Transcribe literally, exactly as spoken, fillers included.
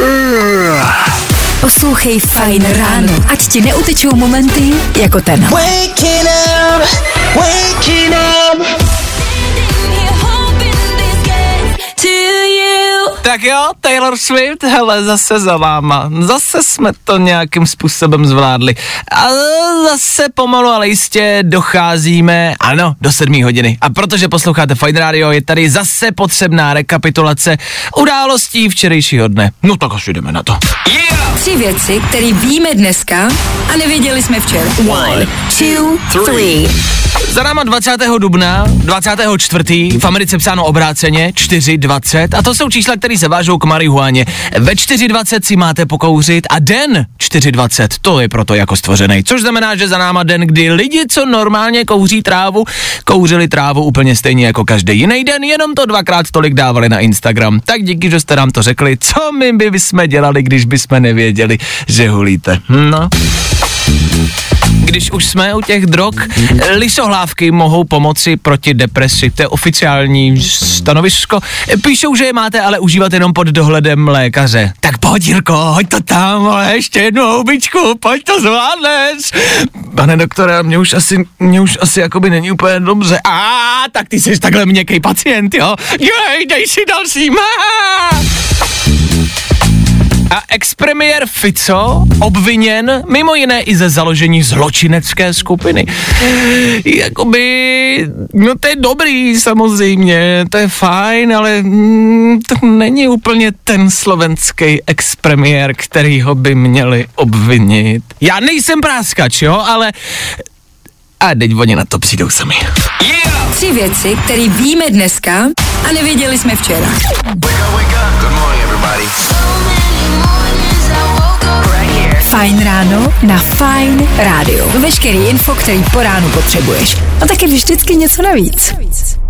Poslouchej Fajn ráno, ať ti neutečou momenty jako ten. Waking up, waking up. Tak jo, Taylor Swift, hele, zase za váma. Zase jsme to nějakým způsobem zvládli. A zase pomalu, ale jistě docházíme, ano, do sedmé hodiny. A protože posloucháte Fajn rádio, je tady zase potřebná rekapitulace událostí včerejšího dne. No tak až jdeme na to. Yeah! Tři věci, které víme dneska a nevěděli jsme včera. One, two, three. Za náma dvacátého dubna, dvacátého čtvrtého v Americe psáno obráceně, čtyři dvacet, a to jsou čísla, které se vážou k marihuaně. Ve čtyři dvacet si máte pokouřit a den čtyři dvacet, to je proto jako stvořený. Což znamená, že za náma den, kdy lidi, co normálně kouří trávu, kouřili trávu úplně stejně jako každý jiný den, jenom to dvakrát tolik dávali na Instagram. Tak díky, že jste nám to řekli, co my by bychom dělali, když bychom nevěděli, že hulíte. No. Když už jsme u těch drog, lisohlávky mohou pomoci proti depresi, to je oficiální stanovisko. Píšou, že je máte ale užívat jenom pod dohledem lékaře. Tak pojď, Jirko, hoď to tam, ale ještě jednu houbičku, pojď to zvládneš. Pane doktore, mě už asi, mě už asi jakoby není úplně dobře. A tak ty jsi takhle měkký pacient, jo? Jej, dej si další, má! A expremiér Fico obviněn mimo jiné i ze založení zločinecké skupiny. Jakoby, no to je dobrý samozřejmě, to je fajn, ale mm, to není úplně ten slovenský expremiér, kterýho by měli obvinit. Já nejsem práskač, jo, ale a teď oni na to přijdou sami. Yeah! Tři věci, které víme dneska a nevěděli jsme včera. Fajn ráno na Fajn rádiu. Veškerý info, který po ránu potřebuješ. A taky vždycky něco navíc.